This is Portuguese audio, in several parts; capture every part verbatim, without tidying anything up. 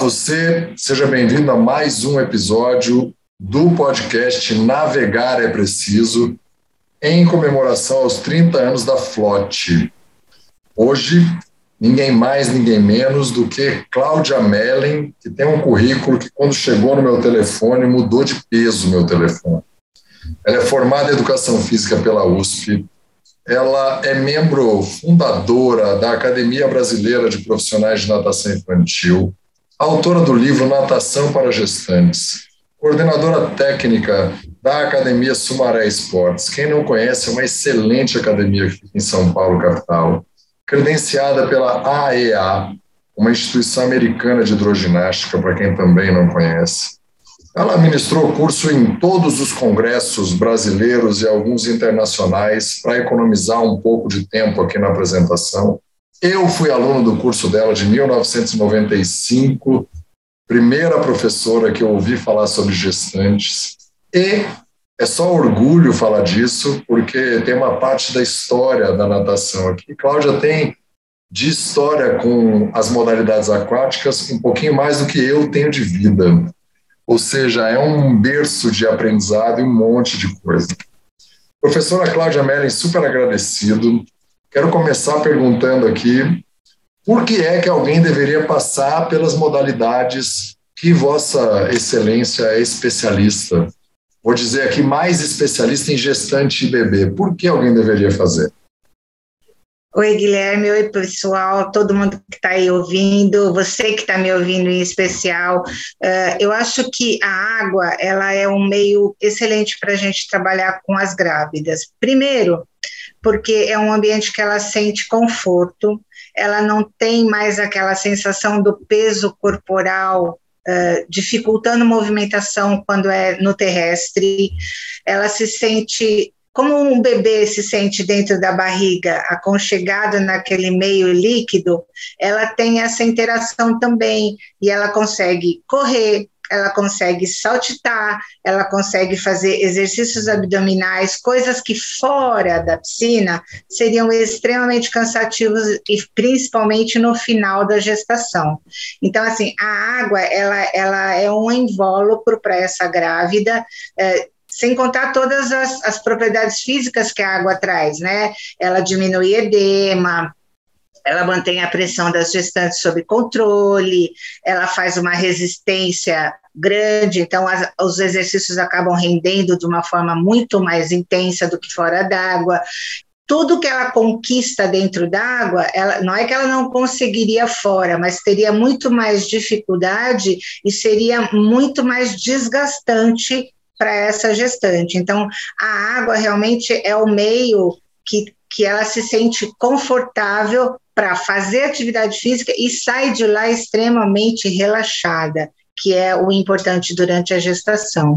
você, seja bem-vindo a mais um episódio do podcast Navegar é Preciso, em comemoração aos trinta anos da F L O T. Hoje, ninguém mais, ninguém menos do que Cláudia Mellen, que tem um currículo que, quando chegou no meu telefone, mudou de peso o meu telefone. Ela é formada em Educação Física pela U S P, ela é membro fundadora da Academia Brasileira de Profissionais de Natação Infantil, autora do livro Natação para Gestantes, coordenadora técnica da Academia Sumaré Esportes. Quem não conhece, é uma excelente academia que fica em São Paulo, capital, credenciada pela A E A, uma instituição americana de hidroginástica, para quem também não conhece. Ela ministrou curso em todos os congressos brasileiros e alguns internacionais para economizar um pouco de tempo aqui na apresentação. Eu fui aluno do curso dela de mil novecentos e noventa e cinco, primeira professora que eu ouvi falar sobre gestantes, e é só orgulho falar disso, porque tem uma parte da história da natação aqui. Cláudia tem de história com as modalidades aquáticas um pouquinho mais do que eu tenho de vida. Ou seja, é um berço de aprendizado e um monte de coisa. Professora Cláudia Mellen, super agradecido. Quero começar perguntando aqui, por que é que alguém deveria passar pelas modalidades que Vossa Excelência é especialista? Vou dizer aqui, mais especialista em gestante e bebê. Por que alguém deveria fazer? Oi, Guilherme. Oi, pessoal, todo mundo que está aí ouvindo, você que está me ouvindo em especial. Uh, eu acho que a água ela é um meio excelente para a gente trabalhar com as grávidas. Primeiro, porque é um ambiente que ela sente conforto, ela não tem mais aquela sensação do peso corporal uh, dificultando movimentação quando é no terrestre, ela se sente... Como um bebê se sente dentro da barriga, aconchegado naquele meio líquido, ela tem essa interação também, e ela consegue correr, ela consegue saltitar, ela consegue fazer exercícios abdominais, coisas que fora da piscina seriam extremamente cansativos, e principalmente no final da gestação. Então, assim, a água, ela, ela é um invólucro para essa grávida, é, sem contar todas as, as propriedades físicas que a água traz, né? Ela diminui edema, ela mantém a pressão das gestantes sob controle, ela faz uma resistência grande, então as, os exercícios acabam rendendo de uma forma muito mais intensa do que fora d'água. Tudo que ela conquista dentro d'água, ela, não é que ela não conseguiria fora, mas teria muito mais dificuldade e seria muito mais desgastante para essa gestante. Então, a água realmente é o meio que, que ela se sente confortável para fazer atividade física e sai de lá extremamente relaxada, que é o importante durante a gestação.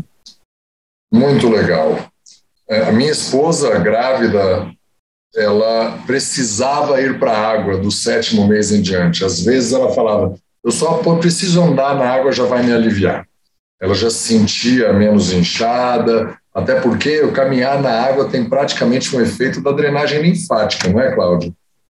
Muito legal. A minha esposa, grávida, ela precisava ir para a água do sétimo mês em diante. Às vezes ela falava, eu só preciso andar na água, já vai me aliviar. Ela já se sentia menos inchada, até porque o caminhar na água tem praticamente um efeito da drenagem linfática, não é, Cláudia?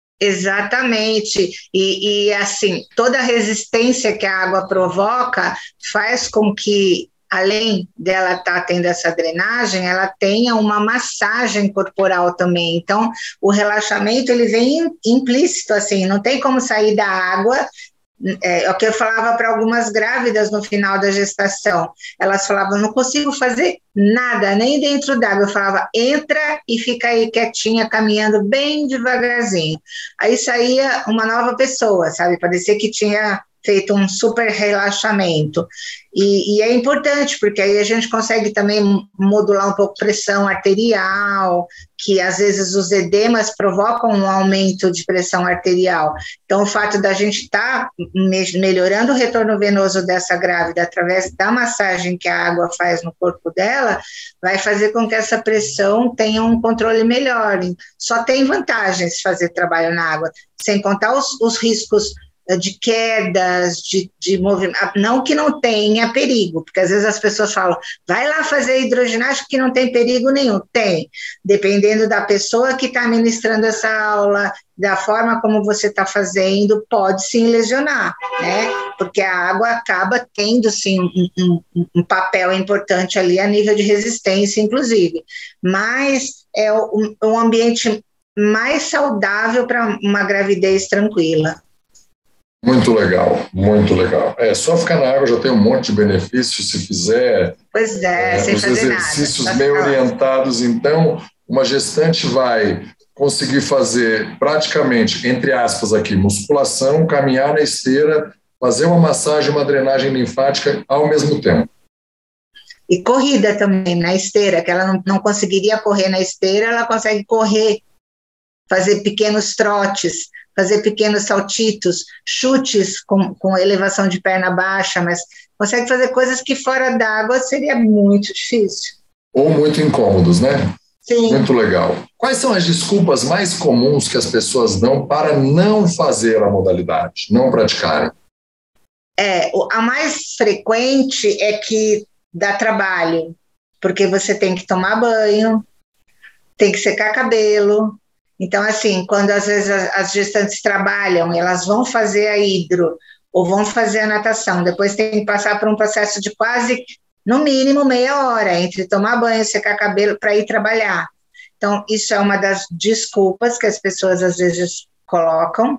Exatamente, e, e assim, toda a resistência que a água provoca faz com que, além dela estar tendo essa drenagem, ela tenha uma massagem corporal também. Então, o relaxamento, ele vem implícito, assim, não tem como sair da água. É, é o que eu falava para algumas grávidas no final da gestação. Elas falavam, não consigo fazer nada, nem dentro d'água. Eu falava, entra e fica aí quietinha, caminhando bem devagarzinho. Aí saía uma nova pessoa, sabe? Parecia que tinha feito um super relaxamento. E, e é importante, porque aí a gente consegue também modular um pouco a pressão arterial, que às vezes os edemas provocam um aumento de pressão arterial. Então, o fato da gente estar tá me- melhorando o retorno venoso dessa grávida através da massagem que a água faz no corpo dela, vai fazer com que essa pressão tenha um controle melhor. Só tem vantagens fazer trabalho na água, sem contar os, os riscos de quedas, de, de movimento, não que não tenha perigo, porque às vezes as pessoas falam, vai lá fazer hidroginástica que não tem perigo nenhum. Tem, dependendo da pessoa que está ministrando essa aula, da forma como você está fazendo, pode sim lesionar, né? Porque a água acaba tendo sim um, um, um papel importante ali a nível de resistência, inclusive, mas é um, um ambiente mais saudável para uma gravidez tranquila. Muito legal, muito legal. É, só ficar na água já tem um monte de benefícios, se fizer pois é, é, sem os fazer exercícios nada. bem orientados, então, uma gestante vai conseguir fazer praticamente, entre aspas aqui, musculação, caminhar na esteira, fazer uma massagem, uma drenagem linfática ao mesmo tempo. E corrida também, na esteira, que ela não, não conseguiria correr na esteira, ela consegue correr, fazer pequenos trotes, fazer pequenos saltitos, chutes com, com elevação de perna baixa, mas consegue fazer coisas que fora d'água seria muito difícil. Ou muito incômodos, né? Sim. Muito legal. Quais são as desculpas mais comuns que as pessoas dão para não fazer a modalidade, não praticarem? É, a mais frequente é que dá trabalho, porque você tem que tomar banho, tem que secar cabelo. Então, assim, quando às vezes as gestantes trabalham, elas vão fazer a hidro ou vão fazer a natação, depois tem que passar por um processo de quase, no mínimo, meia hora entre tomar banho, secar cabelo para ir trabalhar. Então, isso é uma das desculpas que as pessoas às vezes colocam.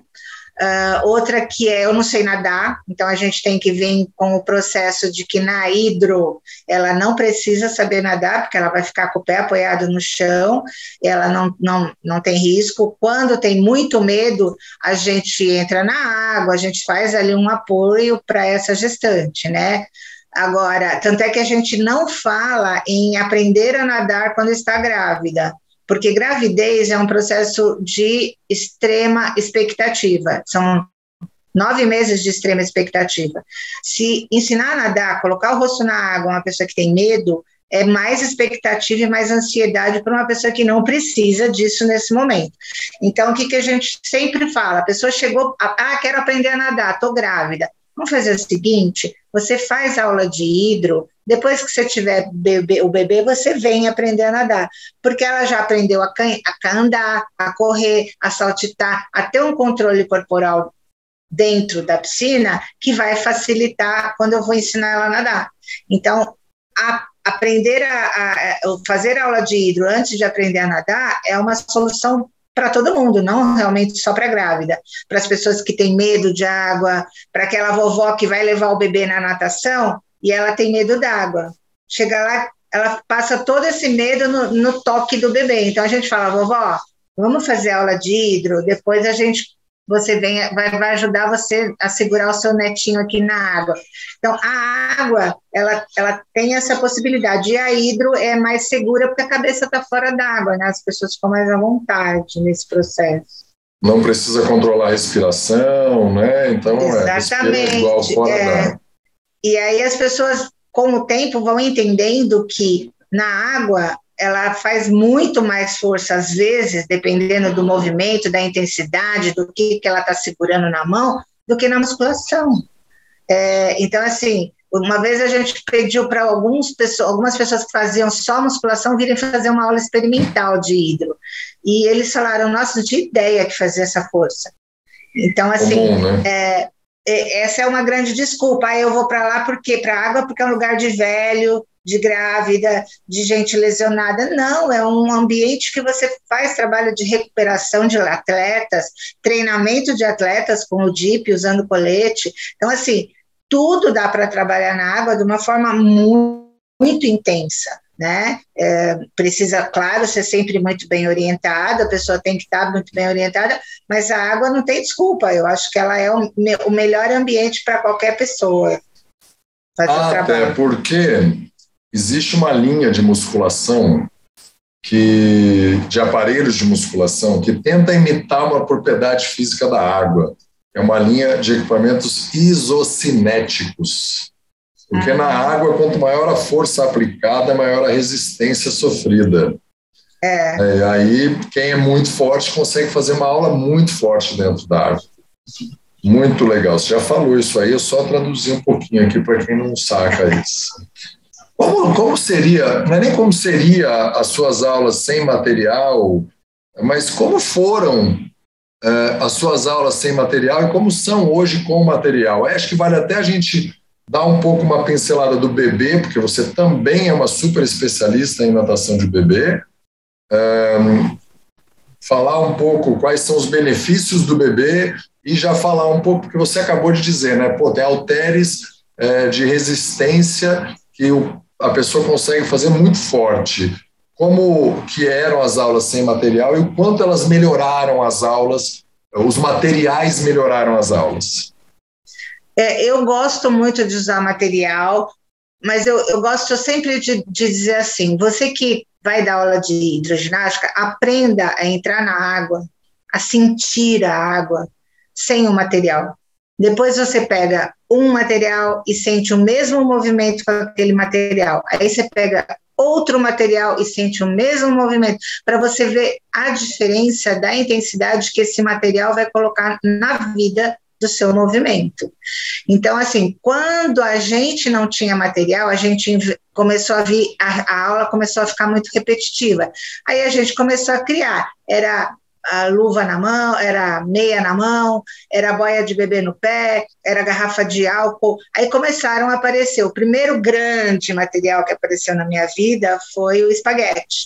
Uh, outra que é, eu não sei nadar, então a gente tem que vir com o processo de que na hidro ela não precisa saber nadar, porque ela vai ficar com o pé apoiado no chão, ela não, não, não tem risco. Quando tem muito medo, a gente entra na água, a gente faz ali um apoio para essa gestante, né? Agora, tanto é que a gente não fala em aprender a nadar quando está grávida, porque gravidez é um processo de extrema expectativa, são nove meses de extrema expectativa. Se ensinar a nadar, colocar o rosto na água, uma pessoa que tem medo, é mais expectativa e mais ansiedade para uma pessoa que não precisa disso nesse momento. Então, o que, que a gente sempre fala? A pessoa chegou, ah, quero aprender a nadar, estou grávida. Vamos fazer o seguinte, você faz aula de hidro, depois que você tiver bebê, o bebê, você vem aprender a nadar, porque ela já aprendeu a, can, a andar, a correr, a saltitar, a ter um controle corporal dentro da piscina, que vai facilitar quando eu vou ensinar ela a nadar. Então, a, aprender a, a fazer aula de hidro antes de aprender a nadar é uma solução para todo mundo, não realmente só para a grávida, para as pessoas que têm medo de água, para aquela vovó que vai levar o bebê na natação e ela tem medo d'água. Chega lá, ela passa todo esse medo no, no toque do bebê. Então a gente fala, vovó, vamos fazer aula de hidro, depois a gente, você vem, vai, vai ajudar você a segurar o seu netinho aqui na água. Então a água, ela, ela tem essa possibilidade, e a hidro é mais segura porque a cabeça está fora d'água, né? As pessoas ficam mais à vontade nesse processo. Não precisa controlar a respiração, né? Então, exatamente, é igual fora é. d'água. E aí as pessoas, com o tempo, vão entendendo que na água ela faz muito mais força, às vezes, dependendo do movimento, da intensidade, do que, que ela está segurando na mão, do que na musculação. É, então, assim, uma vez a gente pediu para algumas pessoas que faziam só musculação virem fazer uma aula experimental de hidro. E eles falaram, nossa, não tinha ideia que fazia essa força. Então, assim, Comum, né? é, essa é uma grande desculpa. Ah, eu vou para lá por quê? Para a água porque é um lugar de velho, de grávida, de gente lesionada. Não, é um ambiente que você faz trabalho de recuperação de atletas, treinamento de atletas com o D I P, usando colete. Então, assim, tudo dá para trabalhar na água de uma forma muito, muito intensa, né? É, precisa, claro, ser sempre muito bem orientada, a pessoa tem que estar muito bem orientada, mas a água não tem desculpa. Eu acho que ela é o, o melhor ambiente para qualquer pessoa fazer Até trabalho. Porque existe uma linha de musculação, que, de aparelhos de musculação, que tenta imitar uma propriedade física da água. É uma linha de equipamentos isocinéticos. Porque ah. na água, quanto maior a força aplicada, maior a resistência sofrida. É. É, e aí, quem é muito forte consegue fazer uma aula muito forte dentro da água. Muito legal. Você já falou isso aí, eu só traduzi um pouquinho aqui para quem não saca isso. Como, como seria, não é nem como seria as suas aulas sem material, mas como foram é, as suas aulas sem material e como são hoje com material? Acho que vale até a gente dar um pouco uma pincelada do bebê, porque você também é uma super especialista em natação de bebê. É, falar um pouco quais são os benefícios do bebê e já falar um pouco, porque você acabou de dizer, né? Pô, tem halteres é, de resistência que o, a pessoa consegue fazer muito forte. Como que eram as aulas sem material e o quanto elas melhoraram as aulas, os materiais melhoraram as aulas? É, eu gosto muito de usar material, mas eu, eu gosto sempre de, de dizer assim, você que vai dar aula de hidroginástica, aprenda a entrar na água, a sentir a água sem o material. Depois você pega um material e sente o mesmo movimento com aquele material. Aí você pega outro material e sente o mesmo movimento, para você ver a diferença da intensidade que esse material vai colocar na vida do seu movimento. Então, assim, quando a gente não tinha material, a gente começou a vir, a, a aula começou a ficar muito repetitiva. Aí a gente começou a criar, era a luva na mão, era meia na mão, era boia de bebê no pé, era garrafa de álcool. Aí começaram a aparecer. O primeiro grande material que apareceu na minha vida foi o espaguete,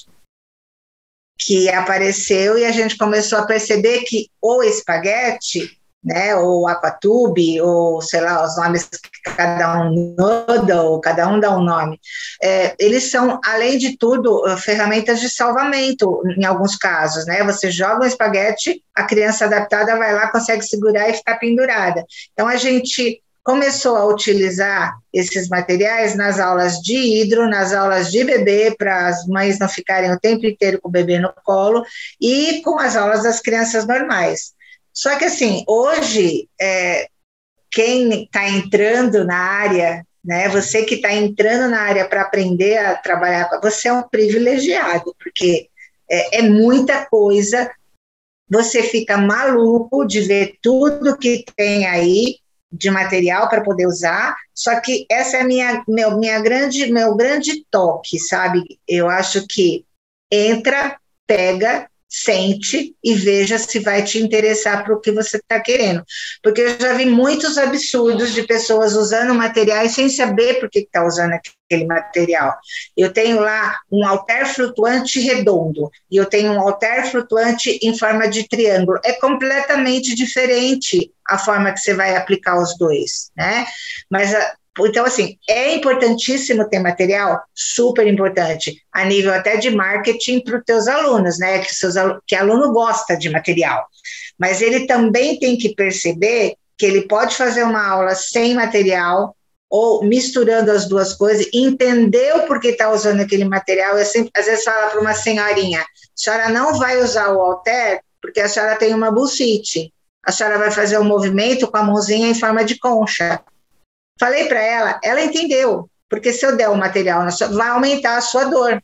que apareceu e a gente começou a perceber que o espaguete, né, ou aquatube, ou sei lá, os nomes que cada um dá, ou cada um dá um nome, é, eles são, além de tudo, ferramentas de salvamento, em alguns casos, né, você joga um espaguete, a criança adaptada vai lá, consegue segurar e ficar pendurada. Então, a gente começou a utilizar esses materiais nas aulas de hidro, nas aulas de bebê, para as mães não ficarem o tempo inteiro com o bebê no colo, e com as aulas das crianças normais. Só que, assim, hoje, é, quem está entrando na área, né, você que está entrando na área para aprender a trabalhar, você é um privilegiado, porque é, é muita coisa, você fica maluco de ver tudo que tem aí de material para poder usar, só que essa é a minha, meu, minha grande, meu grande toque, sabe? Eu acho que entra, pega, sente e veja se vai te interessar para o que você está querendo. Porque eu já vi muitos absurdos de pessoas usando materiais sem saber por que está usando aquele material. Eu tenho lá um halter flutuante redondo e eu tenho um halter flutuante em forma de triângulo. É completamente diferente a forma que você vai aplicar os dois, né? Mas a Então, assim, é importantíssimo ter material, super importante, a nível até de marketing para os teus alunos, né? Que, seus, que aluno gosta de material. Mas ele também tem que perceber que ele pode fazer uma aula sem material ou misturando as duas coisas, entender o porquê está usando aquele material. Eu sempre, às vezes, falo para uma senhorinha, a senhora não vai usar o halter porque a senhora tem uma bursite. A senhora vai fazer um movimento com a mãozinha em forma de concha. Falei para ela, ela entendeu, porque se eu der o material, vai aumentar a sua dor.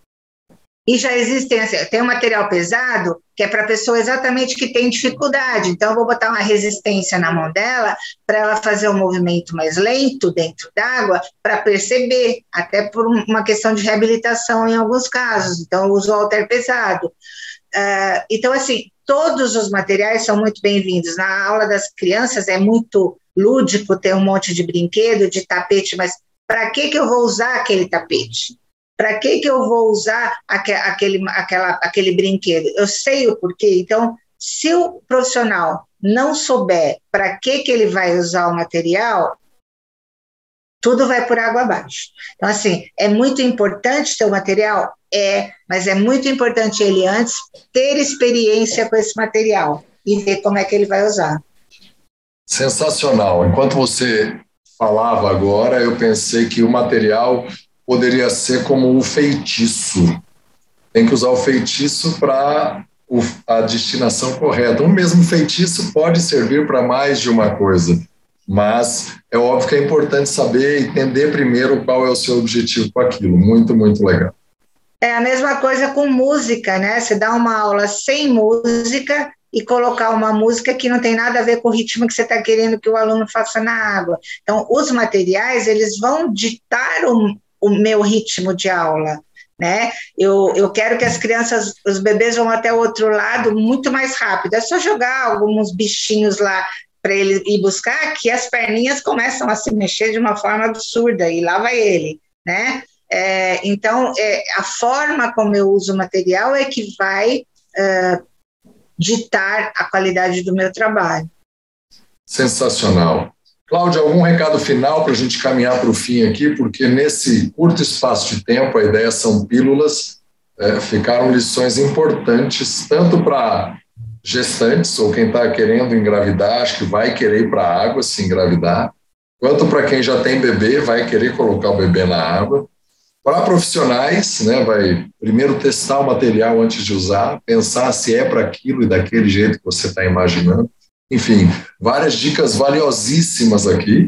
E já existem, assim, tem um material pesado, que é para a pessoa exatamente que tem dificuldade, então eu vou botar uma resistência na mão dela, para ela fazer um movimento mais lento dentro d'água, para perceber, até por uma questão de reabilitação em alguns casos, então eu uso o halter pesado. Uh, então, assim, todos os materiais são muito bem-vindos. Na aula das crianças é muito lúdico ter um monte de brinquedo, de tapete, mas para que que eu vou usar aquele tapete? Para que que eu vou usar aque, aquele, aquela, aquele brinquedo? Eu sei o porquê. Então, se o profissional não souber para que que ele vai usar o material, tudo vai por água abaixo. Então, assim, é muito importante ter o material? É, mas é muito importante ele antes ter experiência com esse material e ver como é que ele vai usar. Sensacional. Enquanto você falava agora, eu pensei que o material poderia ser como o feitiço. Tem que usar o feitiço para a destinação correta. Um mesmo feitiço pode servir para mais de uma coisa, mas é óbvio que é importante saber e entender primeiro qual é o seu objetivo com aquilo. Muito, muito legal. É a mesma coisa com música, né? Você dá uma aula sem música, e colocar uma música que não tem nada a ver com o ritmo que você está querendo que o aluno faça na água. Então, os materiais, eles vão ditar o, o meu ritmo de aula, né? Eu, eu quero que as crianças, os bebês vão até o outro lado muito mais rápido. É só jogar alguns bichinhos lá para ele ir buscar, que as perninhas começam a se mexer de uma forma absurda, e lá vai ele, né? É, então, é, a forma como eu uso o material é que vai uh, ditar a qualidade do meu trabalho. Sensacional. Cláudia, algum recado final para a gente caminhar para o fim aqui, porque nesse curto espaço de tempo, a ideia são pílulas, é, ficaram lições importantes, tanto para gestantes, ou quem está querendo engravidar, acho que vai querer ir para a água se engravidar, quanto para quem já tem bebê, vai querer colocar o bebê na água. Para profissionais, né, vai primeiro testar o material antes de usar, pensar se é para aquilo e daquele jeito que você está imaginando. Enfim, várias dicas valiosíssimas aqui.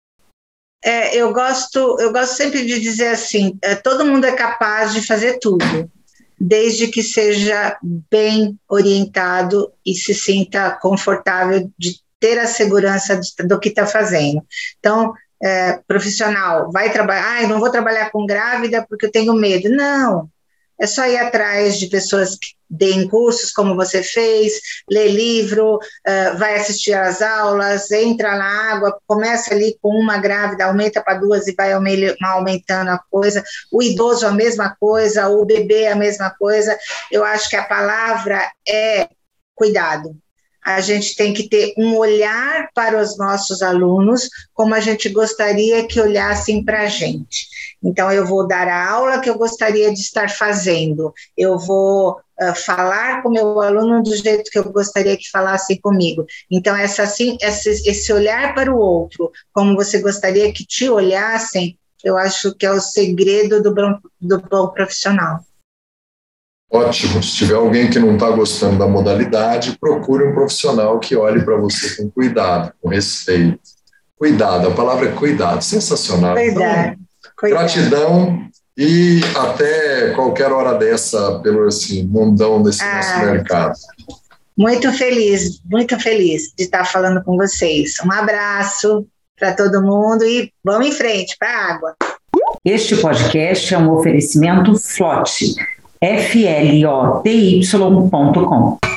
É, eu gosto, eu gosto sempre de dizer assim, é, todo mundo é capaz de fazer tudo, desde que seja bem orientado e se sinta confortável de ter a segurança do, do que está fazendo. Então, É, profissional, vai trabalhar, ah, eu não vou trabalhar com grávida porque eu tenho medo. Não, é só ir atrás de pessoas que deem cursos como você fez, lê livro, uh, vai assistir às aulas, entra na água, começa ali com uma grávida, aumenta para duas e vai aumentando a coisa, o idoso a mesma coisa, o bebê a mesma coisa. Eu acho que a palavra é cuidado. A gente tem que ter um olhar para os nossos alunos como a gente gostaria que olhassem para a gente. Então, eu vou dar a aula que eu gostaria de estar fazendo, eu vou uh, falar com o meu aluno do jeito que eu gostaria que falassem comigo. Então, essa, assim, esse, esse olhar para o outro, como você gostaria que te olhassem, eu acho que é o segredo do bom, do bom profissional. Ótimo. Se tiver alguém que não está gostando da modalidade, procure um profissional que olhe para você com cuidado, com respeito. Cuidado, a palavra é cuidado. Sensacional. Cuidado. Então, cuidado. Gratidão e até qualquer hora dessa pelo esse mundão desse ah, nosso mercado. Muito feliz, muito feliz de estar falando com vocês. Um abraço para todo mundo e vamos em frente para a água. Este podcast é um oferecimento F L O T F L O T Y ponto com.